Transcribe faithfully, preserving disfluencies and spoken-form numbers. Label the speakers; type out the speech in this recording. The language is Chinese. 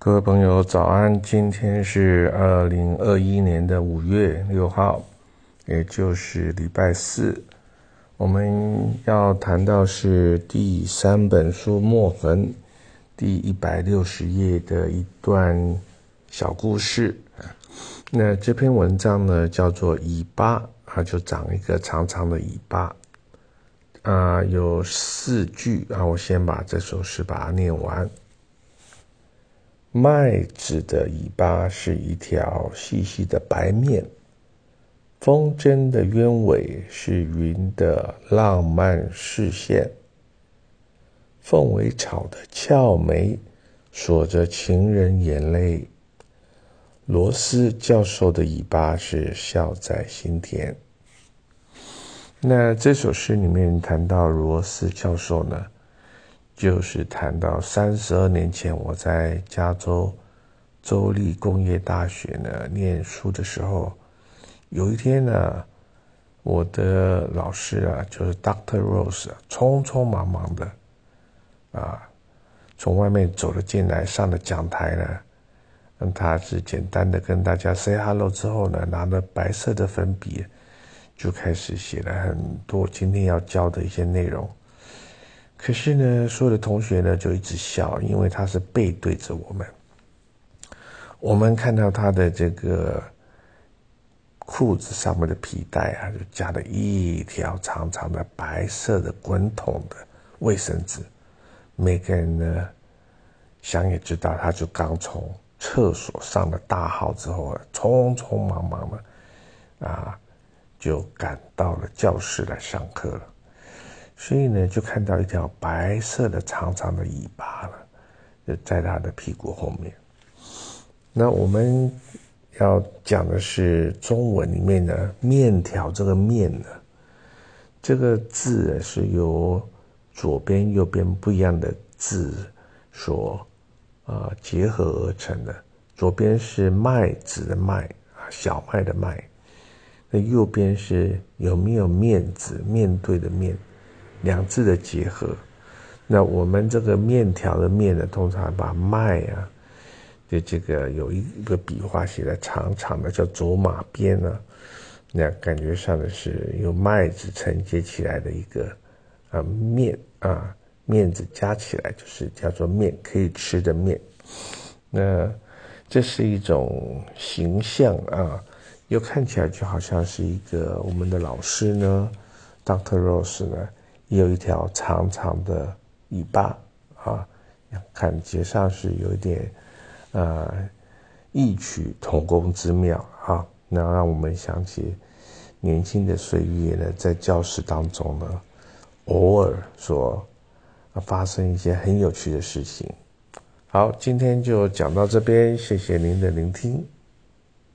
Speaker 1: 各位朋友早安，今天是二零二一年的五月六号，也就是礼拜四。我们要谈到是第三本书墨痕第一百六十页的一段小故事。那这篇文章呢叫做尾巴，它就长一个长长的尾巴啊、呃，有四句啊，我先把这首诗把它念完。麦子的尾巴是一条细细的白面，风筝的鸢尾是云的浪漫视线，凤尾草的俏眉锁着情人眼泪，罗斯教授的尾巴是笑在心田。那这首诗里面谈到罗斯教授呢，就是谈到三十二年前我在加州州立工业大学呢念书的时候，有一天呢，我的老师啊，就是 Doctor Rose 啊，匆匆忙忙的啊，从外面走了进来，上了讲台呢，让他是简单的跟大家 say hello 之后呢，拿了白色的粉笔，就开始写了很多今天要教的一些内容。可是呢，所有的同学呢就一直笑，因为他是背对着我们。我们看到他的这个裤子上面的皮带啊，就夹了一条长长的白色的滚筒的卫生纸。每个人呢，想也知道，他就刚从厕所上了大号之后，匆匆忙忙的啊，就赶到了教室来上课了。所以呢，就看到一条白色的长长的尾巴了，就在他的屁股后面。那我们要讲的是中文里面的面条，这个面呢，这个字是由左边右边不一样的字所呃结合而成的。左边是麦子的麦，小麦的麦，那右边是有没有面子，面对的面，两字的结合。那我们这个面条的面呢，通常把麦啊，就这个有一个笔画写的长长的叫走马边呢，那感觉上的是由麦子承接起来的一个啊面啊，面子加起来就是叫做面，可以吃的面。那这是一种形象啊，又看起来就好像是一个我们的老师呢 Doctor Rose 呢也有一条长长的尾巴啊，感觉上是有一点呃异曲同工之妙啊，那让我们想起年轻的岁月呢，在教室当中呢，偶尔所发生一些很有趣的事情。好，今天就讲到这边，谢谢您的聆听。